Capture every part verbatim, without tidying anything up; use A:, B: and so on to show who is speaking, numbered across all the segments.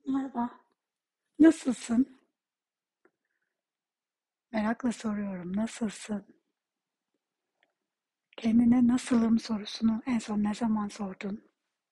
A: Merhaba. Nasılsın? Merakla soruyorum. Nasılsın? Kendine nasılım sorusunu en son ne zaman sordun?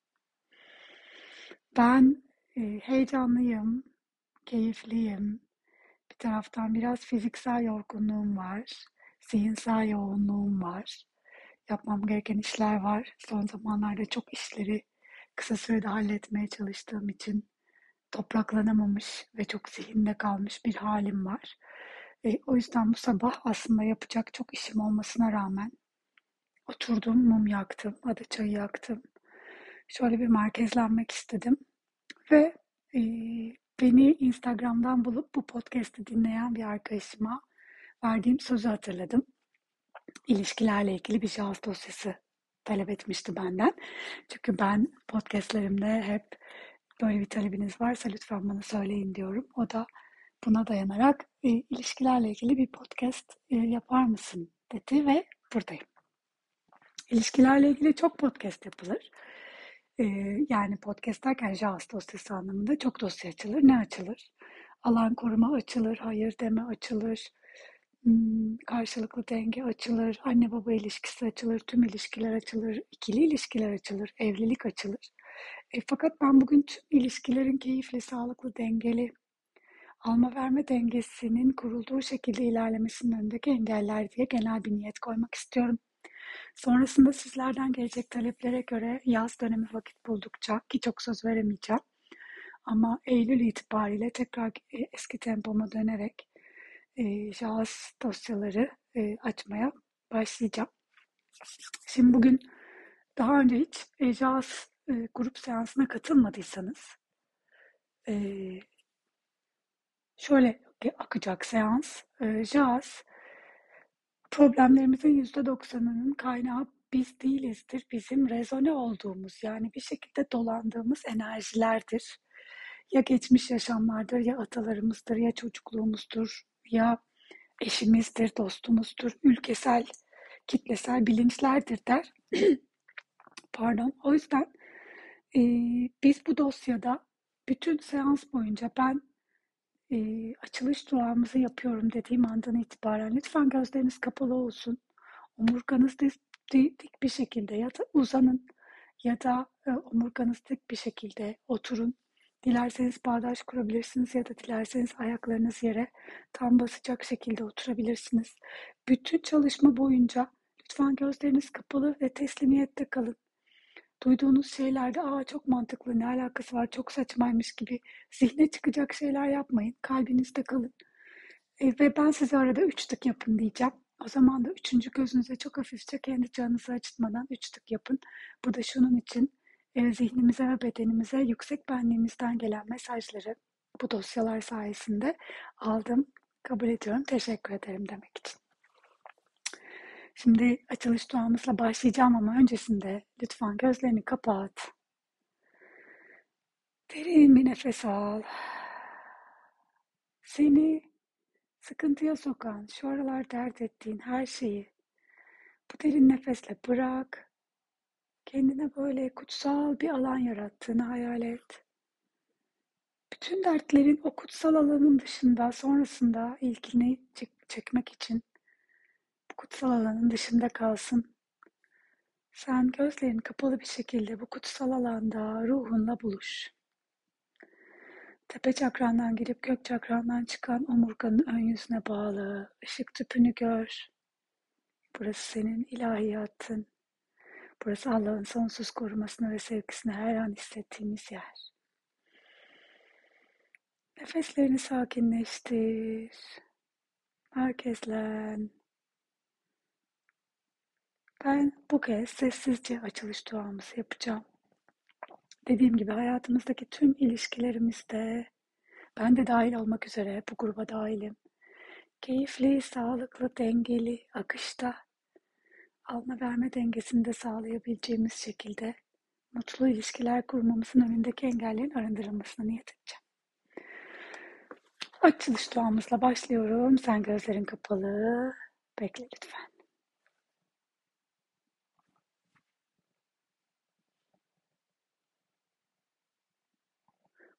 A: Ben e, heyecanlıyım, keyifliyim. Bir taraftan biraz fiziksel yorgunluğum var, zihinsel yoğunluğum var. Yapmam gereken işler var. Son zamanlarda çok işleri kısa sürede halletmeye çalıştığım için topraklanamamış ve çok zihinde kalmış bir halim var. E, o yüzden bu sabah aslında yapacak çok işim olmasına rağmen oturdum, mum yaktım, ada çayı yaktım. Şöyle bir merkezlenmek istedim ve e, beni Instagram'dan bulup bu podcast'i dinleyen bir arkadaşıma verdiğim sözü hatırladım. İlişkilerle ilgili bir şahıs dosyası talep etmişti benden. Çünkü ben podcastlerimde hep böyle bir talebiniz varsa lütfen bana söyleyin diyorum. O da buna dayanarak e, ilişkilerle ilgili bir podcast e, yapar mısın dedi ve buradayım. İlişkilerle ilgili çok podcast yapılır. E, yani podcast derken JAWS dosyası anlamında çok dosya açılır. Ne açılır? Alan koruma açılır, hayır deme açılır, hmm, karşılıklı denge açılır, anne baba ilişkisi açılır, tüm ilişkiler açılır, ikili ilişkiler açılır, evlilik açılır. E, fakat ben bugün tüm ilişkilerin keyifli, sağlıklı, dengeli, alma verme dengesinin kurulduğu şekilde ilerlemesinin önündeki engeller diye genel bir niyet koymak istiyorum. Sonrasında sizlerden gelecek taleplere göre yaz dönemi vakit buldukça ki çok söz veremeyeceğim ama Eylül itibariyle tekrar e, eski tempoma dönerek e, JAWS dosyaları e, açmaya başlayacağım. Şimdi bugün daha önce hiç e, JAWS e, grup seansına katılmadıysanız e, şöyle akacak seans. E, JAWS problemlerimizin yüzde doksanının kaynağı biz değilizdir. Bizim rezone olduğumuz yani bir şekilde dolandığımız enerjilerdir. Ya geçmiş yaşamlardır, ya atalarımızdır, ya çocukluğumuzdur, ya eşimizdir, dostumuzdur, ülkesel, kitlesel bilinçlerdir der. Pardon. O yüzden e, biz bu dosyada bütün seans boyunca ben e, açılış duamızı yapıyorum dediğim andan itibaren lütfen gözleriniz kapalı olsun. Omurganız dik bir şekilde ya da uzanın ya da e, omurganız dik bir şekilde oturun. Dilerseniz bağdaş kurabilirsiniz ya da dilerseniz ayaklarınız yere tam basacak şekilde oturabilirsiniz. Bütün çalışma boyunca lütfen gözleriniz kapalı ve teslimiyette kalın. Duyduğunuz şeylerde aa çok mantıklı ne alakası var çok saçmaymış gibi zihne çıkacak şeyler yapmayın. Kalbinizde kalın. E, ve ben size arada üç tık yapın diyeceğim. O zaman da üçüncü gözünüze çok hafifçe kendi canınızı acıtmadan üç tık yapın. Bu da şunun için e, zihnimize ve bedenimize yüksek benliğimizden gelen mesajları bu dosyalar sayesinde aldım, kabul ediyorum, teşekkür ederim demek için. Şimdi açılış duamızla başlayacağım ama öncesinde lütfen gözlerini kapat. Derin bir nefes al. Seni sıkıntıya sokan, şu aralar dert ettiğin her şeyi bu derin nefesle bırak. Kendine böyle kutsal bir alan yarattığını hayal et. Bütün dertlerin o kutsal alanın dışında, sonrasında ilkini çekmek için bu kutsal alanın dışında kalsın. Sen gözlerin kapalı bir şekilde bu kutsal alanda ruhunla buluş. Tepe çakrandan girip kök çakrandan çıkan omurganın ön yüzüne bağlı ışık tüpünü gör. Burası senin ilahiyatın. Burası Allah'ın sonsuz korumasını ve sevgisini her an hissettiğimiz yer. Nefeslerini sakinleştir. Merkezlen. Ben bu kez sessizce açılış duamızı yapacağım. Dediğim gibi hayatımızdaki tüm ilişkilerimizde, ben de dahil olmak üzere bu gruba dahilim. Keyifli, sağlıklı, dengeli, akışta alma verme dengesini de sağlayabileceğimiz şekilde mutlu ilişkiler kurmamızın önündeki engellerin arındırılmasına niyet edeceğim. Açılış duamızla başlıyorum. Sen gözlerin kapalı. Bekle lütfen.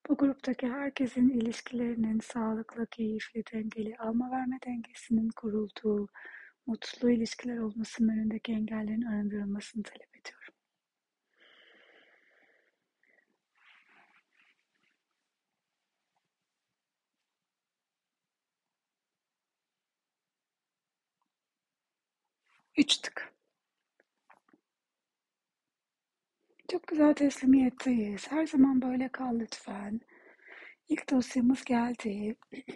A: Bu gruptaki herkesin ilişkilerinin sağlıklı, keyifli, dengeli, alma verme dengesinin kurulduğu, mutlu ilişkiler olmasının önündeki engellerin arındırılmasını talep ediyorum. Üç tık. Çok güzel teslimiyetteyiz. Her zaman böyle kal lütfen. İlk dosyamız geldi.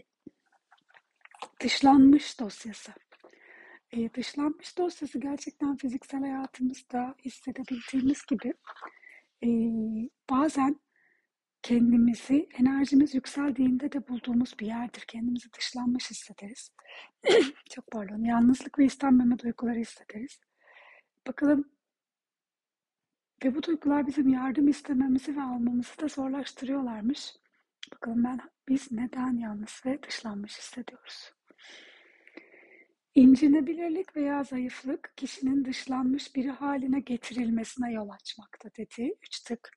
A: Dışlanmış dosyası. Ee, dışlanmış dosyası gerçekten fiziksel hayatımızda hissedebildiğimiz gibi e, bazen kendimizi enerjimiz yükseldiğinde de bulduğumuz bir yerdir. Kendimizi dışlanmış hissederiz. Çok pardon. Yalnızlık ve istenmeme duyguları hissederiz. Bakalım ve bu duygular bizim yardım istememizi ve almamızı da zorlaştırıyorlarmış. Bakalım ben biz neden yalnız ve dışlanmış hissediyoruz? İncinebilirlik veya zayıflık kişinin dışlanmış biri haline getirilmesine yol açmakta dedi. Üç tık.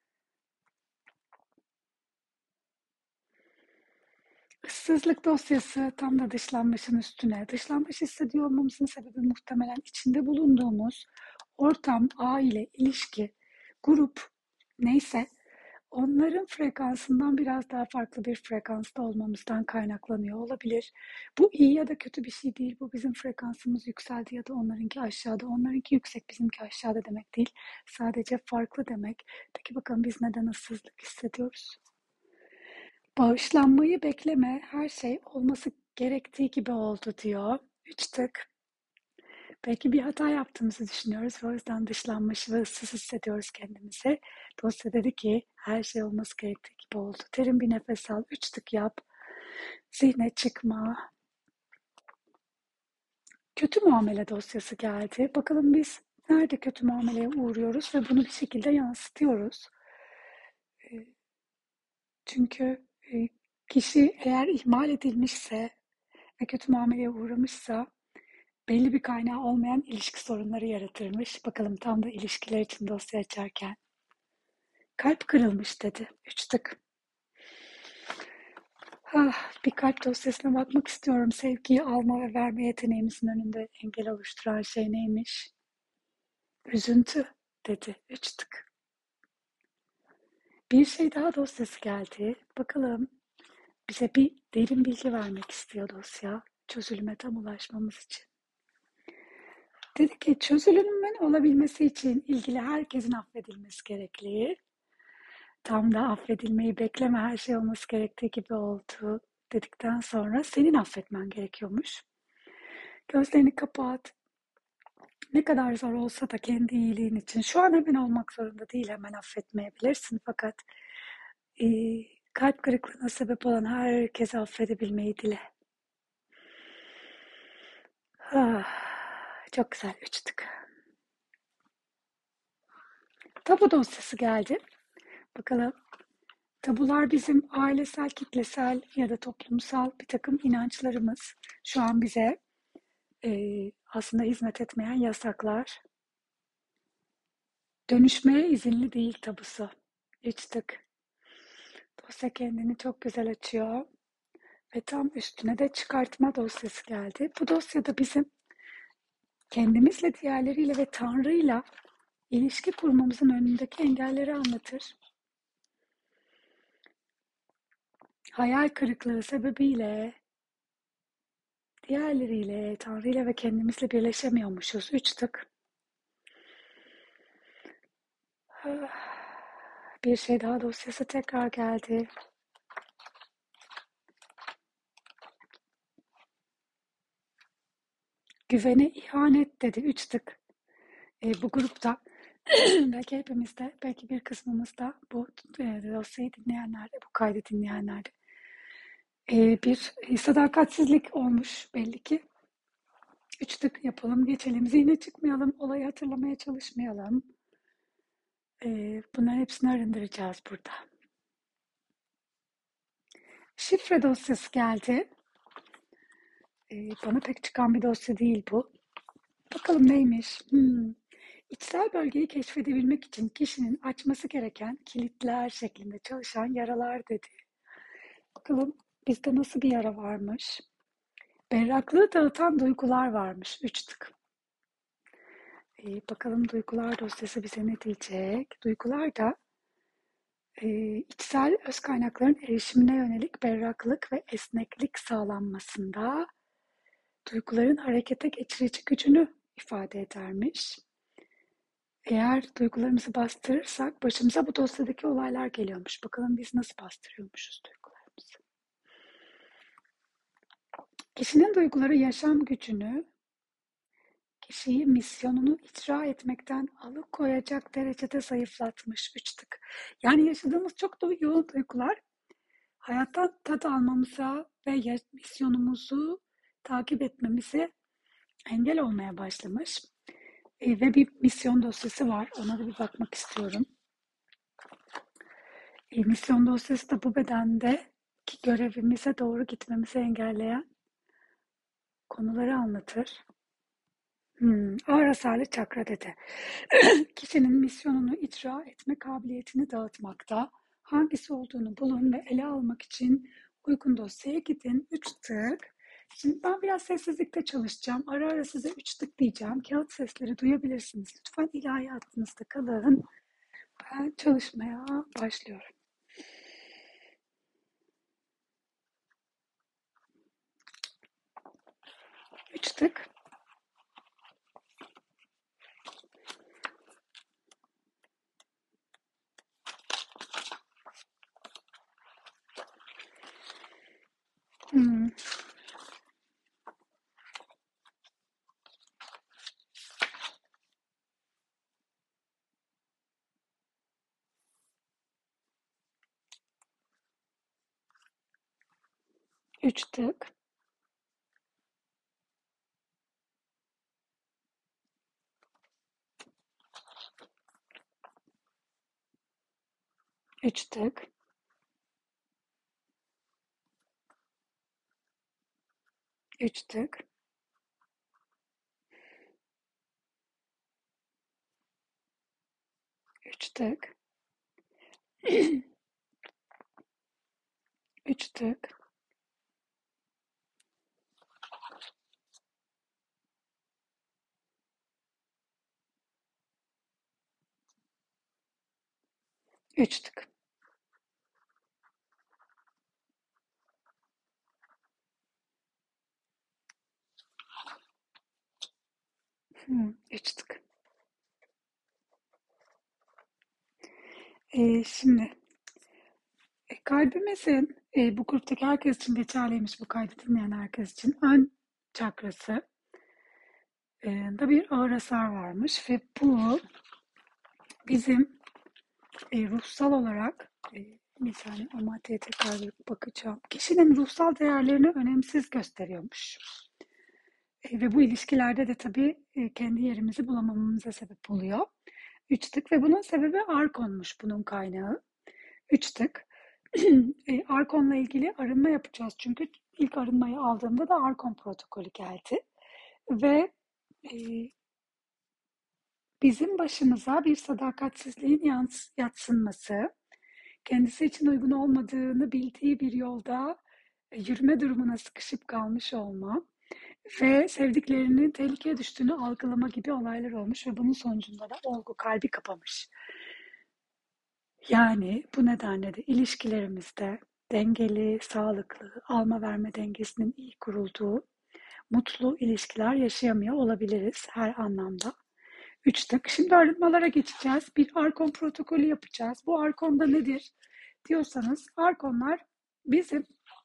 A: Issızlık dosyası tam da dışlanmışın üstüne. Dışlanmış hissediyor olmamızın sebebi muhtemelen içinde bulunduğumuz ortam, aile, ilişki, grup neyse onların frekansından biraz daha farklı bir frekansta olmamızdan kaynaklanıyor olabilir. Bu iyi ya da kötü bir şey değil. Bu bizim frekansımız yükseldi ya da onlarınki aşağıda. Onlarınki yüksek, bizimki aşağıda demek değil. Sadece farklı demek. Peki bakalım biz neden ıssızlık hissediyoruz? Bağışlanmayı bekleme, her şey olması gerektiği gibi oldu diyor. Üç tık. Belki bir hata yaptığımızı düşünüyoruz ve o yüzden dışlanmış ve ıssız hissediyoruz kendimizi. Dosya dedi ki her şey olması gerektiği gibi oldu. Derin bir nefes al, üç tık yap. Zihne çıkma. Kötü muamele dosyası geldi. Bakalım biz nerede kötü muameleye uğruyoruz ve bunu bir şekilde yansıtıyoruz. Çünkü e, kişi eğer ihmal edilmişse ve kötü muameleye uğramışsa belli bir kaynağı olmayan ilişki sorunları yaratırmış. Bakalım tam da ilişkiler için dosya açarken. Kalp kırılmış dedi. Üç tık. Ah, bir kalp dosyasına bakmak istiyorum. Sevgiyi alma ve verme yeteneğimizin önünde engel oluşturan şey neymiş? Üzüntü dedi. Üç tık. Bir şey daha dosyası geldi. Bakalım bize bir derin bilgi vermek istiyor dosya. Çözülüme tam ulaşmamız için. Dedi ki çözülümün olabilmesi için ilgili herkesin affedilmesi gerekli. Tam da affedilmeyi bekleme, her şey olması gerektiği gibi oldu dedikten sonra senin affetmen gerekiyormuş. Gözlerini kapat. Ne kadar zor olsa da kendi iyiliğin için şu an hemen olmak zorunda değil, hemen affetmeyebilirsin fakat e, kalp kırıklığına sebep olan herkese affedebilmeyi dile. Ah, çok güzel uçtuk. Tabu dosyası geldi. Bakalım. Tabular bizim ailesel, kitlesel ya da toplumsal bir takım inançlarımız. Şu an bize e, aslında hizmet etmeyen yasaklar. Dönüşmeye izinli değil tabusu. Üç tık. Dosya kendini çok güzel açıyor. Ve tam üstüne de çıkartma dosyası geldi. Bu dosyada bizim kendimizle, diğerleriyle ve Tanrı'yla ilişki kurmamızın önündeki engelleri anlatır. Hayal kırıklığı sebebiyle diğerleriyle, Tanrı'yla ve kendimizle birleşemiyormuşuz. Üç tık. Bir şey daha dosyası tekrar geldi. Güvene ihanet dedi. Üç tık. E, bu grupta belki hepimizde, belki bir kısmımızda bu e, dosyayı dinleyenlerde, bu kaydı dinleyenlerde e, bir sadakatsizlik olmuş belli ki. Üç tık yapalım, geçelim. Zihne çıkmayalım, olayı hatırlamaya çalışmayalım. E, bunların hepsini arındıracağız burada. Şifre dosyası geldi. E, bana pek çıkan bir dosya değil bu. Bakalım neymiş? Hmm. İçsel bölgeyi keşfedebilmek için kişinin açması gereken kilitler şeklinde çalışan yaralar dedi. Bakalım bizde nasıl bir yara varmış? Berraklığı dağıtan duygular varmış. Üç tık. Ee, bakalım duygular dosyası bize ne diyecek? Duygular da e, içsel öz kaynakların erişimine yönelik berraklık ve esneklik sağlanmasında duyguların harekete geçirici gücünü ifade edermiş. Eğer duygularımızı bastırırsak başımıza bu dosyadaki olaylar geliyormuş. Bakalım biz nasıl bastırıyormuşuz duygularımızı. Kişinin duyguları yaşam gücünü, kişiyi misyonunu icra etmekten alıkoyacak derecede zayıflatmış. Üç tık. Yani yaşadığımız çok da yoğun duygular hayattan tat almamıza ve misyonumuzu takip etmemize engel olmaya başlamış. E, ve bir misyon dosyası var. Ona da bir bakmak istiyorum. E, misyon dosyası da bu bedende ki görevimize doğru gitmemizi engelleyen konuları anlatır. Hmm, ağır hasarlı çakra dedi. Kişinin misyonunu icra etme kabiliyetini dağıtmakta. Hangisi olduğunu bulun ve ele almak için uygun dosyaya gidin. Üç tık. Şimdi ben biraz sessizlikte çalışacağım. Ara ara size üç tık diyeceğim. Kağıt sesleri duyabilirsiniz. Lütfen ilahi aklınızda kalın. Ben çalışmaya başlıyorum. Üç tık. Hmm. Üç tık. Üç tık. Üç tık. Üç tık. Üç tık. Üç tık. Hmm. Üç tık. Ee, şimdi e, kalbimizin e, bu gruptaki herkes için geçerliymiş, bu kaydı dinleyen herkes için ön çakrası e, da bir ağır hasar varmış ve bu bizim e, ruhsal olarak e, bir saniye o maddeye tekrar bir bakacağım. Kişinin ruhsal değerlerini önemsiz gösteriyormuş. E, ve bu ilişkilerde de tabii e, kendi yerimizi bulamamamıza sebep oluyor. Üç tık ve bunun sebebi Arkon'muş, bunun kaynağı. Üç tık. e, Arkon'la ilgili arınma yapacağız. Çünkü ilk arınmayı aldığımda da Arkon protokolü geldi. Ve e, bizim başımıza bir sadakatsizliğin yans- yatsınması, kendisi için uygun olmadığını bildiği bir yolda e, yürüme durumuna sıkışıp kalmış olma ve sevdiklerinin tehlikeye düştüğünü algılama gibi olaylar olmuş ve bunun sonucunda da olgu kalbi kapamış. Yani bu nedenle de ilişkilerimizde dengeli, sağlıklı, alma verme dengesinin iyi kurulduğu, mutlu ilişkiler yaşayamıyor olabiliriz her anlamda. Üç tık. Şimdi arınmalara geçeceğiz. Bir Arkon protokolü yapacağız. Bu Arkon'da nedir diyorsanız, Arkonlar bizim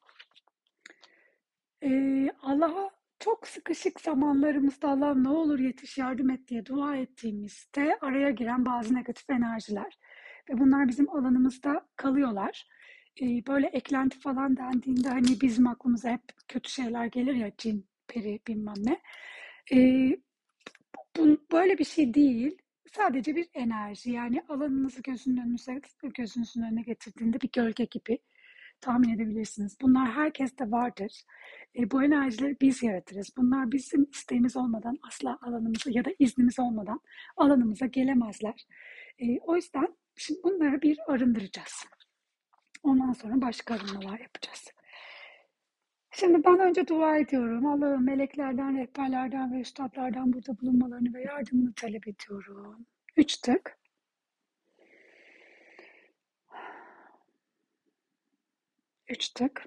A: e, Allah'a çok sıkışık zamanlarımızda Allah ne olur yetiş yardım et diye dua ettiğimizde araya giren bazı negatif enerjiler. Ve bunlar bizim alanımızda kalıyorlar. E, böyle eklenti falan dendiğinde hani bizim aklımıza hep kötü şeyler gelir ya, cin, peri bilmem ne. E, bu böyle bir şey değil. Sadece bir enerji, yani alanınızı gözünün önünüze, gözünüzün önüne getirdiğinde bir gölge gibi tahmin edebilirsiniz. Bunlar herkeste vardır. E, bu enerjileri biz yaratırız. Bunlar bizim isteğimiz olmadan asla alanımıza ya da iznimiz olmadan alanımıza gelemezler. E, o yüzden şimdi bunları bir arındıracağız. Ondan sonra başka arınmalar yapacağız. Şimdi ben önce dua ediyorum. Allah'ım meleklerden, rehberlerden ve üstadlardan burada bulunmalarını ve yardımını talep ediyorum. Üç tık. Üç tık.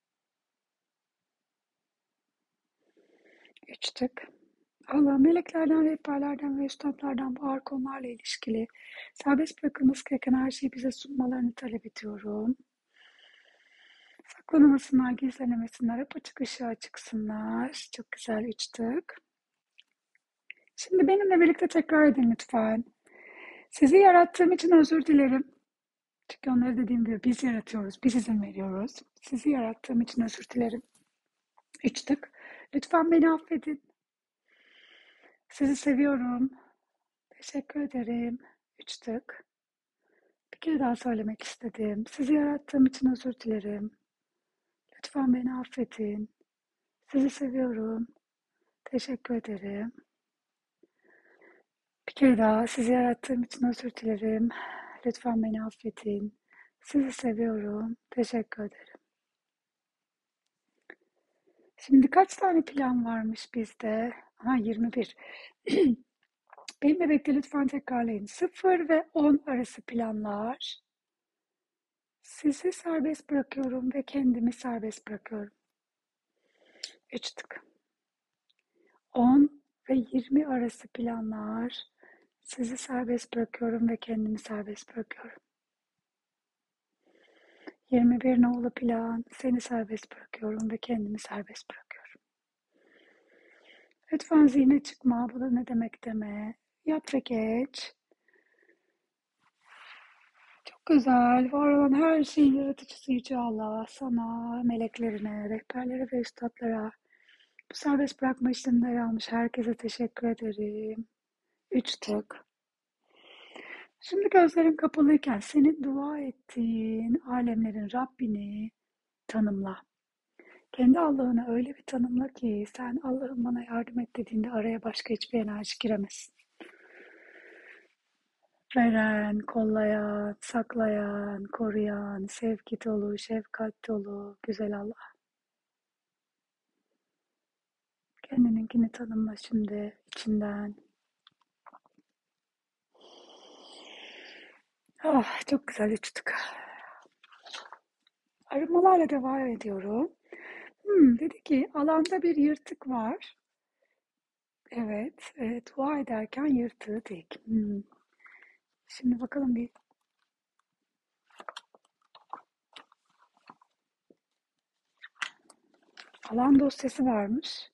A: Üç tık. Allah meleklerden, rehberlerden ve üstadlardan bu ağır konularla ilişkili serbest bırakılması gereken her şeyi bize sunmalarını talep ediyorum. Saklanamasınlar, gizlenemesinler, apaçık ışığa çıksınlar. Çok güzel üç tık. Şimdi benimle birlikte tekrar edin lütfen. Sizi yarattığım için özür dilerim. Çünkü onları dediğim gibi biz yaratıyoruz, biz izin veriyoruz. Sizi yarattığım için özür dilerim. Üç tık. Lütfen beni affedin. Sizi seviyorum. Teşekkür ederim. Üç tık. Bir kere daha söylemek istedim. Sizi yarattığım için özür dilerim. Lütfen beni affedin. Sizi seviyorum. Teşekkür ederim. Bir kere daha sizi yarattığım için özür dilerim. Lütfen beni affedin. Sizi seviyorum. Teşekkür ederim. Şimdi kaç tane plan varmış bizde? Ha yirmi bir. Benimle birlikte lütfen tekrarlayın. sıfır ve on arası planlar. Sizi serbest bırakıyorum ve kendimi serbest bırakıyorum. üç tık. on ve yirmi arası planlar. Sizi serbest bırakıyorum ve kendimi serbest bırakıyorum. yirmi bir nolu plan. Seni serbest bırakıyorum ve kendimi serbest bırakıyorum. Lütfen zihne çıkma. Bu da ne demek deme. Yap ve geç. Çok güzel. Var olan her şeyin yaratıcısı Yüce Allah, sana, meleklerine, rehberlere ve üstadlara, bu serbest bırakma işleminde yer almış herkese teşekkür ederim. Üç tık. Şimdi gözlerin kapalıyken senin dua ettiğin alemlerin Rabbini tanımla. Kendi Allah'ını öyle bir tanımla ki sen Allah'ım bana yardım et dediğinde araya başka hiçbir enerji giremez. Veren, kollayan, saklayan, koruyan, sevgi dolu, şefkat dolu, güzel Allah. Kendininkini tanımla şimdi içinden. Ah, çok güzel uçtuk. Aramalarla devam ediyorum. Hmm, dedi ki alanda bir yırtık var. Evet, e, dua ederken yırtığı dik. Hmm. Şimdi bakalım bir. Alan dosyası varmış.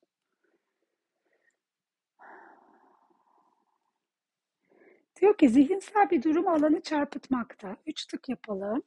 A: Diyor ki zihinsel bir durum alanı çarpıtmakta. Üç tık yapalım.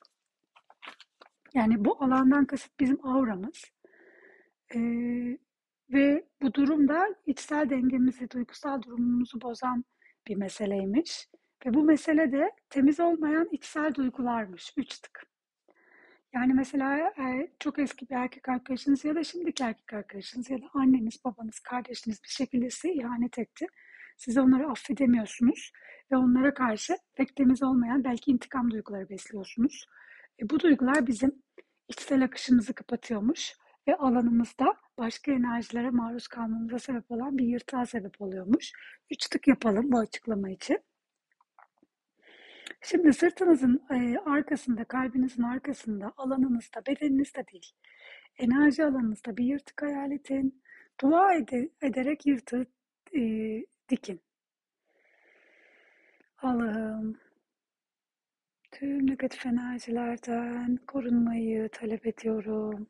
A: Yani bu alandan kasıt bizim auramız. Ee, ve bu durumda içsel dengemizi, duygusal durumumuzu bozan bir meseleymiş. Ve bu mesele de temiz olmayan içsel duygularmış. Üç tık. Yani mesela e, çok eski bir erkek arkadaşınız ya da şimdiki erkek arkadaşınız ya da anneniz, babanız, kardeşiniz bir şekilde size ihanet etti. Siz onları affedemiyorsunuz ve onlara karşı pek temiz olmayan belki intikam duyguları besliyorsunuz. E, bu duygular bizim içsel akışımızı kapatıyormuş ve alanımızda başka enerjilere maruz kalmamıza sebep olan bir yırtığa sebep oluyormuş. Üç tık yapalım bu açıklama için. Şimdi sırtınızın e, arkasında, kalbinizin arkasında, alanınızda, bedeninizde değil, enerji alanınızda bir yırtık hayal edin. Dua ede, ederek yırtığı e, dikin. Allah'ım, tüm negatif enerjilerden korunmayı talep ediyorum.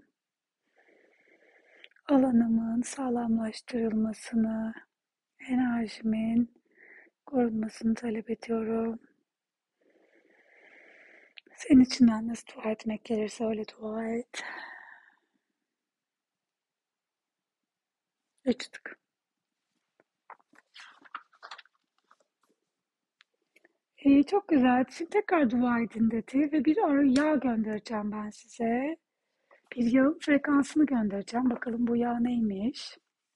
A: Alanımın sağlamlaştırılmasını, enerjimin korunmasını talep ediyorum. Senin içinden nasıl dua etmek gelirse öyle dua et. Üç tık. Ee, çok güzel. Şimdi tekrar dua edin dedi ve bir ara yağ göndereceğim ben size. Bir yağın frekansını göndereceğim. Bakalım bu yağ neymiş?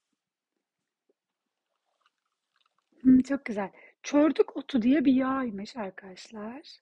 A: Hmm, çok güzel. Çördük otu diye bir yağymış arkadaşlar.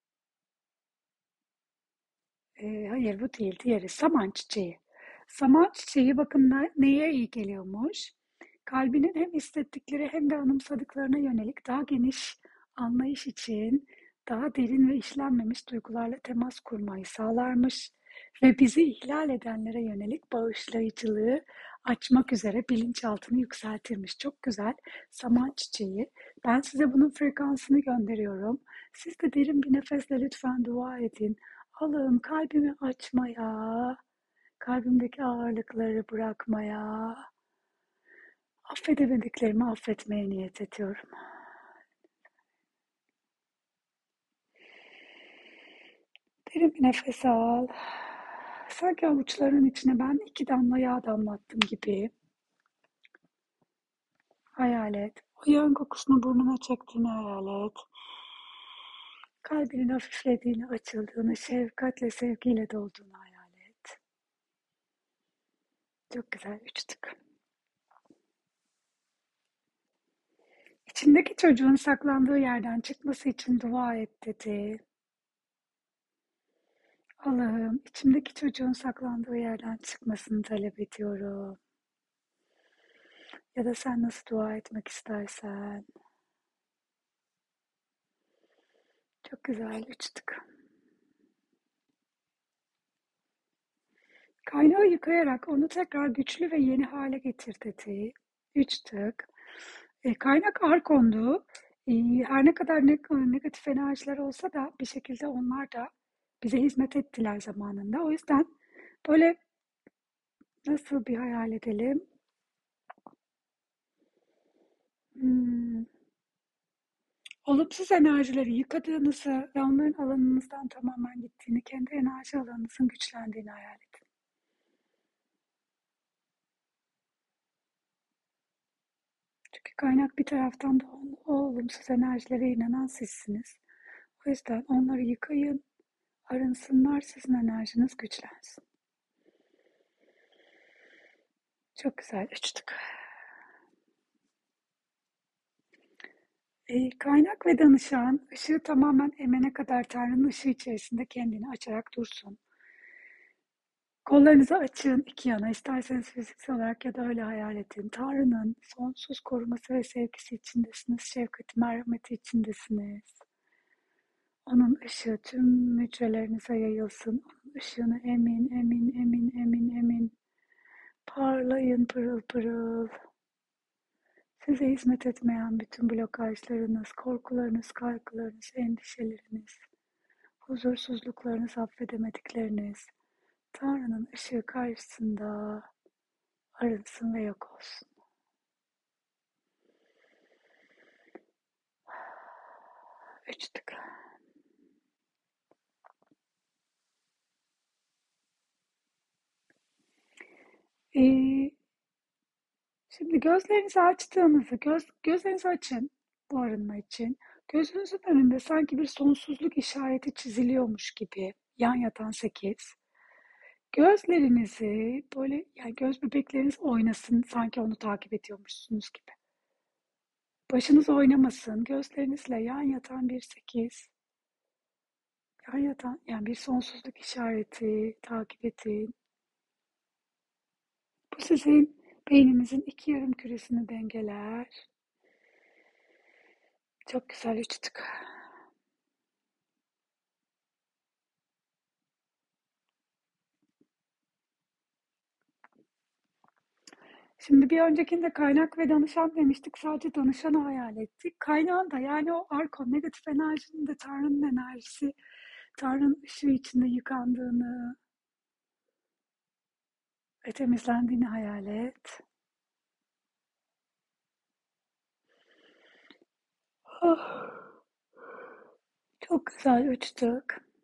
A: Ee, hayır bu değil. Diğeri saman çiçeği. Saman çiçeği bakın ne- neye iyi geliyormuş? Kalbinin hem hissettikleri hem de anımsadıklarına yönelik daha geniş anlayış için daha derin ve işlenmemiş duygularla temas kurmayı sağlarmış ve bizi ihlal edenlere yönelik bağışlayıcılığı açmak üzere bilinçaltını yükseltirmiş. Çok güzel. Saman çiçeği. Ben size bunun frekansını gönderiyorum. Siz de derin bir nefesle lütfen dua edin. Allah'ım kalbimi açmaya, kalbimdeki ağırlıkları bırakmaya, affedemediklerimi affetmeye niyet ediyorum. Derin bir nefes al. Sanki avuçlarının içine ben iki damla yağ damlattım gibi hayal et. O yağın kokusunu burnuna çektiğini hayal et. Kalbinin hafiflediğini, açıldığını, şefkatle, sevgiyle dolduğunu hayal et. Çok güzel, üç tık. İçindeki çocuğun saklandığı yerden çıkması için dua et dedi. Allah'ım, içimdeki çocuğun saklandığı yerden çıkmasını talep ediyorum. Ya da sen nasıl dua etmek istersen. Çok güzel, üç tık. Kaynağı yıkayarak onu tekrar güçlü ve yeni hale getir dedi. Üç tık. E, kaynak arkondu. E, her ne kadar ne, negatif enerjiler olsa da bir şekilde onlar da bize hizmet ettiler zamanında. O yüzden böyle nasıl bir hayal edelim? Hmm, olumsuz enerjileri yıkadığınızı ve onların alanınızdan tamamen gittiğini, kendi enerji alanınızın güçlendiğini hayal edin. Çünkü kaynak bir taraftan da o, o olumsuz enerjilere inanan sizsiniz. O yüzden onları yıkayın, arınsınlar, sizin enerjiniz güçlensin. Çok güzel, uçtuk. E, kaynak ve danışan ışığı tamamen emene kadar Tanrı'nın ışığı içerisinde kendini açarak dursun. Kollarınızı açın iki yana, isterseniz fiziksel olarak ya da öyle hayal edin. Tanrı'nın sonsuz koruması ve sevgisi içindesiniz, şefkati, merhameti içindesiniz. Onun ışığı tüm hücrelerinize yayılsın. Onun ışığını emin, emin, emin, emin, emin. Parlayın pırıl pırıl. Size hizmet etmeyen bütün blokajlarınız, korkularınız, kaygılarınız, endişeleriniz, huzursuzluklarınız, affedemedikleriniz, Tanrı'nın ışığı karşısında arınsın ve yok olsun. Üç tık. Ee, Şimdi gözlerinizi açtığınızı, göz, gözlerinizi açın bu arınma için. Gözünüzün önünde sanki bir sonsuzluk işareti çiziliyormuş gibi yan yatan sekiz. Gözlerinizi böyle yani göz bebekleriniz oynasın sanki onu takip ediyormuşsunuz gibi. Başınız oynamasın. Gözlerinizle yan yatan bir sekiz. Yan yatan yani bir sonsuzluk işareti takip edin. Bu sizin beyninizin iki yarım küresini dengeler. Çok güzel uçtuk. Şimdi bir öncekinde kaynak ve danışan demiştik. Sadece danışanı hayal ettik. Kaynağın da yani o arkon negatif enerjinin de Tanrı'nın enerjisi, Tanrı'nın ışığı içinde yıkandığını ve temizlendiğini hayal et. Oh, çok güzel uçtuk.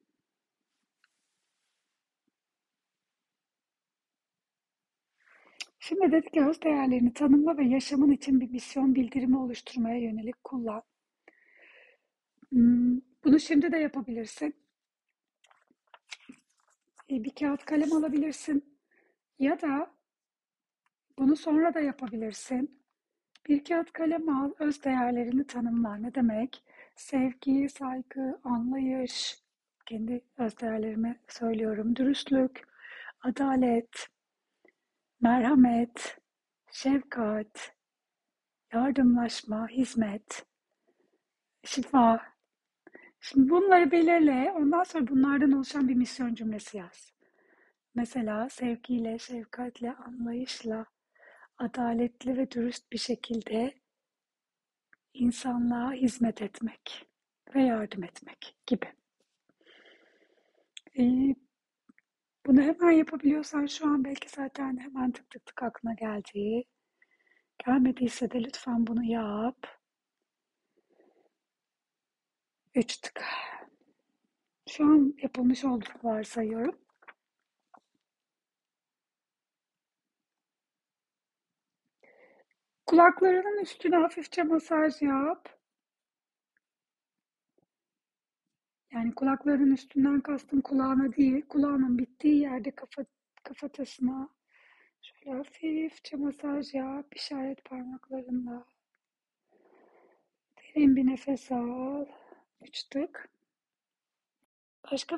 A: Şimdi dedik ki öz değerlerini tanımla ve yaşamın için bir misyon bildirimi oluşturmaya yönelik kullan. Hmm, Bunu şimdi de yapabilirsin. E, Bir kağıt kalem alabilirsin. Ya da bunu sonra da yapabilirsin. Bir kağıt kalem al, öz değerlerini tanımla. Ne demek? Sevgi, saygı, anlayış, kendi öz değerlerimi söylüyorum. Dürüstlük, adalet, merhamet, şefkat, yardımlaşma, hizmet, şifa. Şimdi bunları belirle. Ondan sonra bunlardan oluşan bir misyon cümlesi yaz. Mesela sevgiyle, şefkatle, anlayışla, adaletli ve dürüst bir şekilde insanlığa hizmet etmek ve yardım etmek gibi. Ee, Bunu hemen yapabiliyorsan şu an belki zaten hemen tık tık tık aklına geldi. Gelmediyse de lütfen bunu yap. Üç tık. Şu an yapılmış olduğunu varsayıyorum. Kulaklarının üstüne hafifçe masaj yap. Yani kulakların üstünden kastım kulağına değil, kulağının bittiği yerde kafa, kafatasına şöyle hafifçe masaj yap, işaret parmaklarınla. Derin bir nefes al. Üç tık. Başka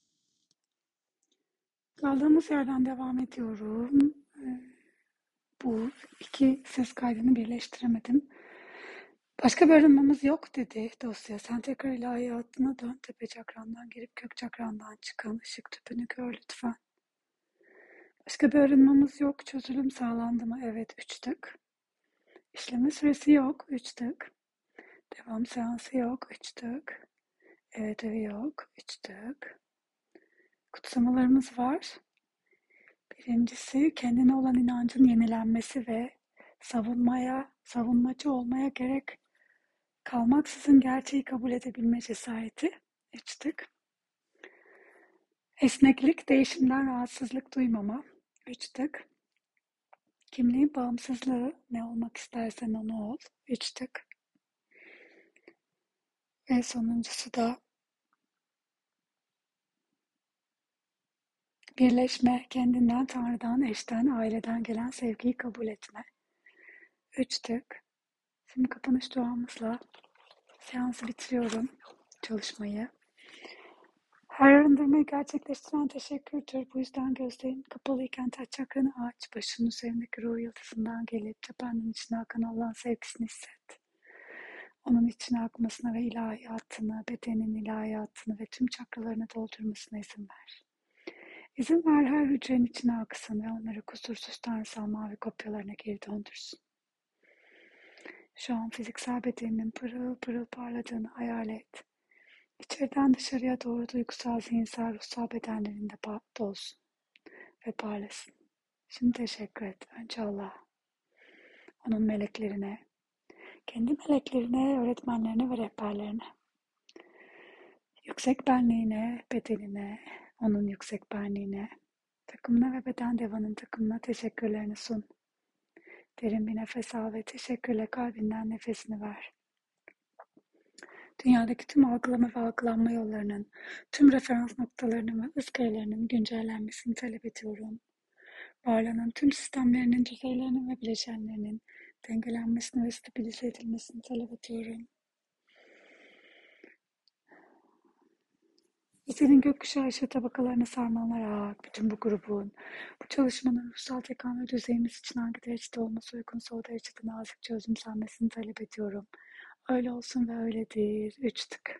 A: kaldığımız yerden devam ediyorum. Ee, Bu iki ses kaydını birleştiremedim. Başka bir arınmamız yok dedi dosya. Sen tekrar ilahi hayatına dön. Tepe çakrandan girip kök çakrandan çıkan ışık tüpünü gör lütfen. Başka bir arınmamız yok. Çözülüm sağlandı mı? Evet. Üç tık. İşleme süresi yok. Üç tık. Devam seansı yok. Üç tık. Evet evi yok. Üç tık. Kutsamalarımız var. Birincisi kendine olan inancın yenilenmesi ve savunmaya, savunmacı olmaya gerek kalmaksızın gerçeği kabul edebilme cesareti. Üç tık. Esneklik, değişimden rahatsızlık duymama. Üç tık. Kimliğin bağımsızlığı, ne olmak istersen onu ol. Üç tık. Ve sonuncusu da birleşme, kendinden, Tanrı'dan, eşten, aileden gelen sevgiyi kabul etme. Üç tık. Şimdi kapanış duamızla seansı bitiriyorum, çalışmayı. Her arındırmayı gerçekleştiren teşekkürdür. Bu yüzden gözlerin kapalıyken taç çakranı aç. Başının üzerindeki ruh yıldızından gelip tepenin içine akan Allah'ın sevgisini hisset. Onun içine akmasına ve ilahiyatını, bedenin ilahiyatını ve tüm çakralarını doldurmasına izin ver. İzin ver her hücrenin içine aksın ve onları kusursuz tanrısal mavi kopyalarına geri döndürsün. Şu an fiziksel bedeninin pırıl pırıl parladığını hayal et. İçeriden dışarıya doğru duygusal, zihinsel, ruhsal bedenlerinde dolsun ve parlasın. Şimdi teşekkür et. Önce Allah'a, onun meleklerine, kendi meleklerine, öğretmenlerine ve rehberlerine, yüksek benliğine, bedenine, onun yüksek benliğine, takımına ve beden devanın takımına teşekkürlerini sun. Derin bir nefes al ve teşekkürle kalbinden nefesini ver. Dünyadaki tüm algılama ve algılanma yollarının, tüm referans noktalarının ve ızgaralarının güncellenmesini talep ediyorum. Varlığının tüm sistemlerinin, düzeylerinin ve bileşenlerinin dengelenmesini ve stabilize edilmesini talep ediyorum. Senin gökkuşağı ışığı tabakalarına sarmalarak bütün bu grubun, bu çalışmanın ruhsal tekamül düzeyimiz için hangi derecede olması uygunsa o derecede nazikçe özümsenmesini talep ediyorum. Öyle olsun ve öyledir. Üç tık.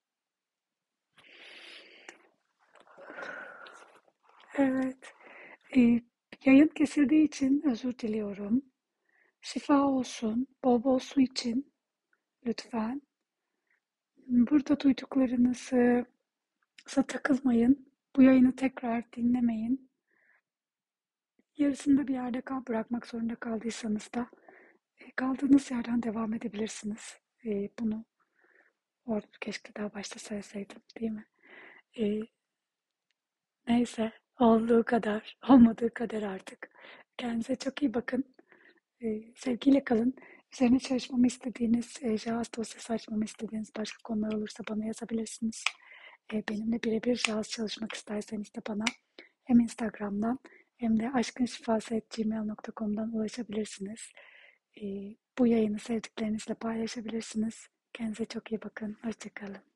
A: Evet. Ee, Yayın kesildiği için özür diliyorum. Şifa olsun. Bol bol su için lütfen. Burada duyduklarınızı takılmayın. Bu yayını tekrar dinlemeyin. Yarısında bir yerde kal bırakmak zorunda kaldıysanız da e, kaldığınız yerden devam edebilirsiniz. E, bunu orada keşke daha başta söyleseydim, değil mi? E, Neyse, olduğu kadar, olmadığı kadar artık. Kendinize çok iyi bakın. E, sevgiyle kalın. Üzerine çalışmamı istediğiniz, e, JAWS dosyası açmamı istediğiniz başka konular olursa bana yazabilirsiniz. E, benimle birebir JAWS çalışmak isterseniz de bana hem Instagram'dan hem de aşkınşifası at gmail nokta com'dan ulaşabilirsiniz. E, bu yayını sevdiklerinizle paylaşabilirsiniz. Kendinize çok iyi bakın. Hoşça kalın.